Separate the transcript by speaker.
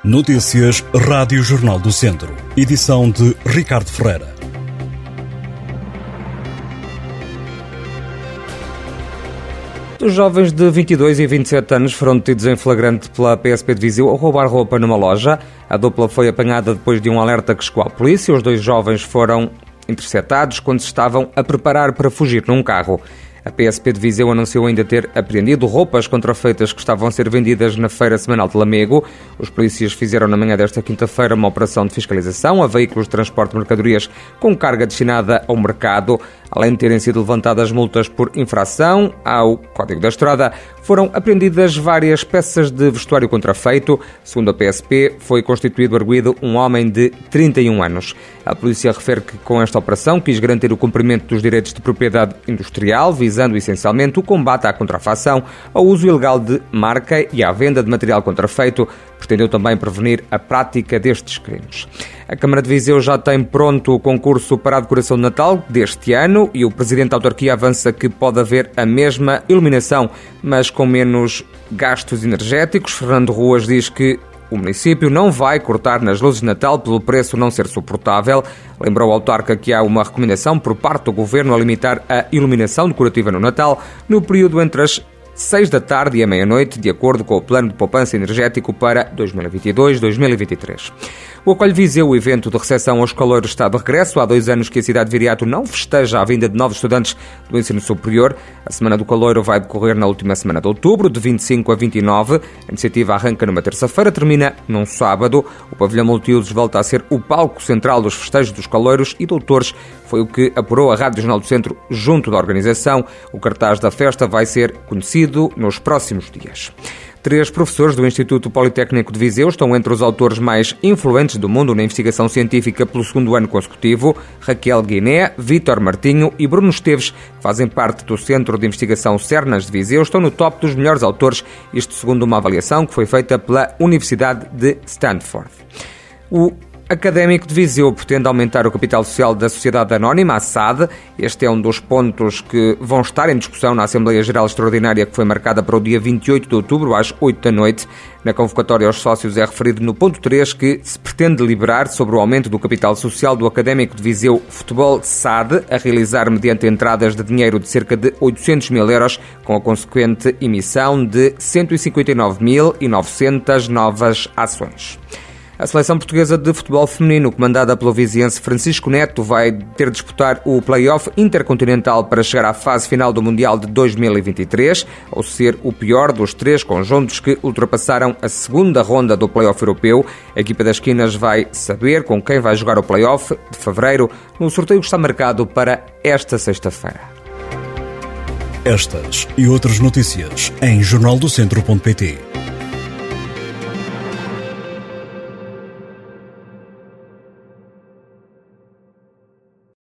Speaker 1: Notícias Rádio Jornal do Centro. Edição de Ricardo Ferreira.
Speaker 2: Os jovens de 22 e 27 anos foram detidos em flagrante pela PSP de Viseu ao roubar roupa numa loja. A dupla foi apanhada depois de um alerta que chegou à polícia. Os dois jovens foram interceptados quando se estavam a preparar para fugir num carro. A PSP de Viseu anunciou ainda ter apreendido roupas contrafeitas que estavam a ser vendidas na Feira Semanal de Lamego. Os polícias fizeram na manhã desta quinta-feira uma operação de fiscalização a veículos de transporte de mercadorias com carga destinada ao mercado. Além de terem sido levantadas multas por infração ao Código da Estrada, foram apreendidas várias peças de vestuário contrafeito. Segundo a PSP, foi constituído arguido um homem de 31 anos. A polícia refere que com esta operação quis garantir o cumprimento dos direitos de propriedade industrial, visando essencialmente o combate à contrafação, ao uso ilegal de marca e à venda de material contrafeito. Pretendeu também prevenir a prática destes crimes. A Câmara de Viseu já tem pronto o concurso para a decoração de Natal deste ano e o Presidente da Autarquia avança que pode haver a mesma iluminação, mas com menos gastos energéticos. Fernando Ruas diz que o município não vai cortar nas luzes de Natal pelo preço não ser suportável. Lembrou ao autarca que há uma recomendação por parte do Governo a limitar a iluminação decorativa no Natal no período entre as 6 da tarde e a meia-noite, de acordo com o Plano de Poupança Energético para 2022-2023. O Acolhe Viseu, o evento de recepção aos caloiros, está de regresso. Há 2 anos que a cidade de Viriato não festeja a vinda de novos estudantes do ensino superior. A Semana do Caloiro vai decorrer na última semana de outubro, de 25 a 29. A iniciativa arranca numa terça-feira, termina num sábado. O pavilhão multiusos volta a ser o palco central dos festejos dos caloiros e doutores. Foi o que apurou a Rádio Jornal do Centro junto da organização. O cartaz da festa vai ser conhecido nos próximos dias. 3 professores do Instituto Politécnico de Viseu estão entre os autores mais influentes do mundo na investigação científica pelo 2º ano consecutivo. Raquel Guiné, Vítor Martinho e Bruno Esteves, que fazem parte do Centro de Investigação Cernas de Viseu, estão no top dos melhores autores, isto segundo uma avaliação que foi feita pela Universidade de Stanford. O Académico de Viseu pretende aumentar o capital social da Sociedade Anónima, a SAD. Este é um dos pontos que vão estar em discussão na Assembleia Geral Extraordinária que foi marcada para o dia 28 de outubro, às 8 da noite. Na convocatória aos sócios é referido no ponto 3 que se pretende deliberar sobre o aumento do capital social do Académico de Viseu Futebol SAD, a realizar mediante entradas de dinheiro de cerca de 800 mil euros, com a consequente emissão de 159.900 novas ações. A seleção portuguesa de futebol feminino, comandada pelo viziense Francisco Neto, vai ter de disputar o play-off intercontinental para chegar à fase final do Mundial de 2023, ou ser o pior dos 3 conjuntos que ultrapassaram a segunda ronda do play-off europeu. A equipa das Quinas vai saber com quem vai jogar o play-off de fevereiro, no sorteio que está marcado para esta sexta-feira.
Speaker 1: Estas e outras notícias em jornaldocentro.pt.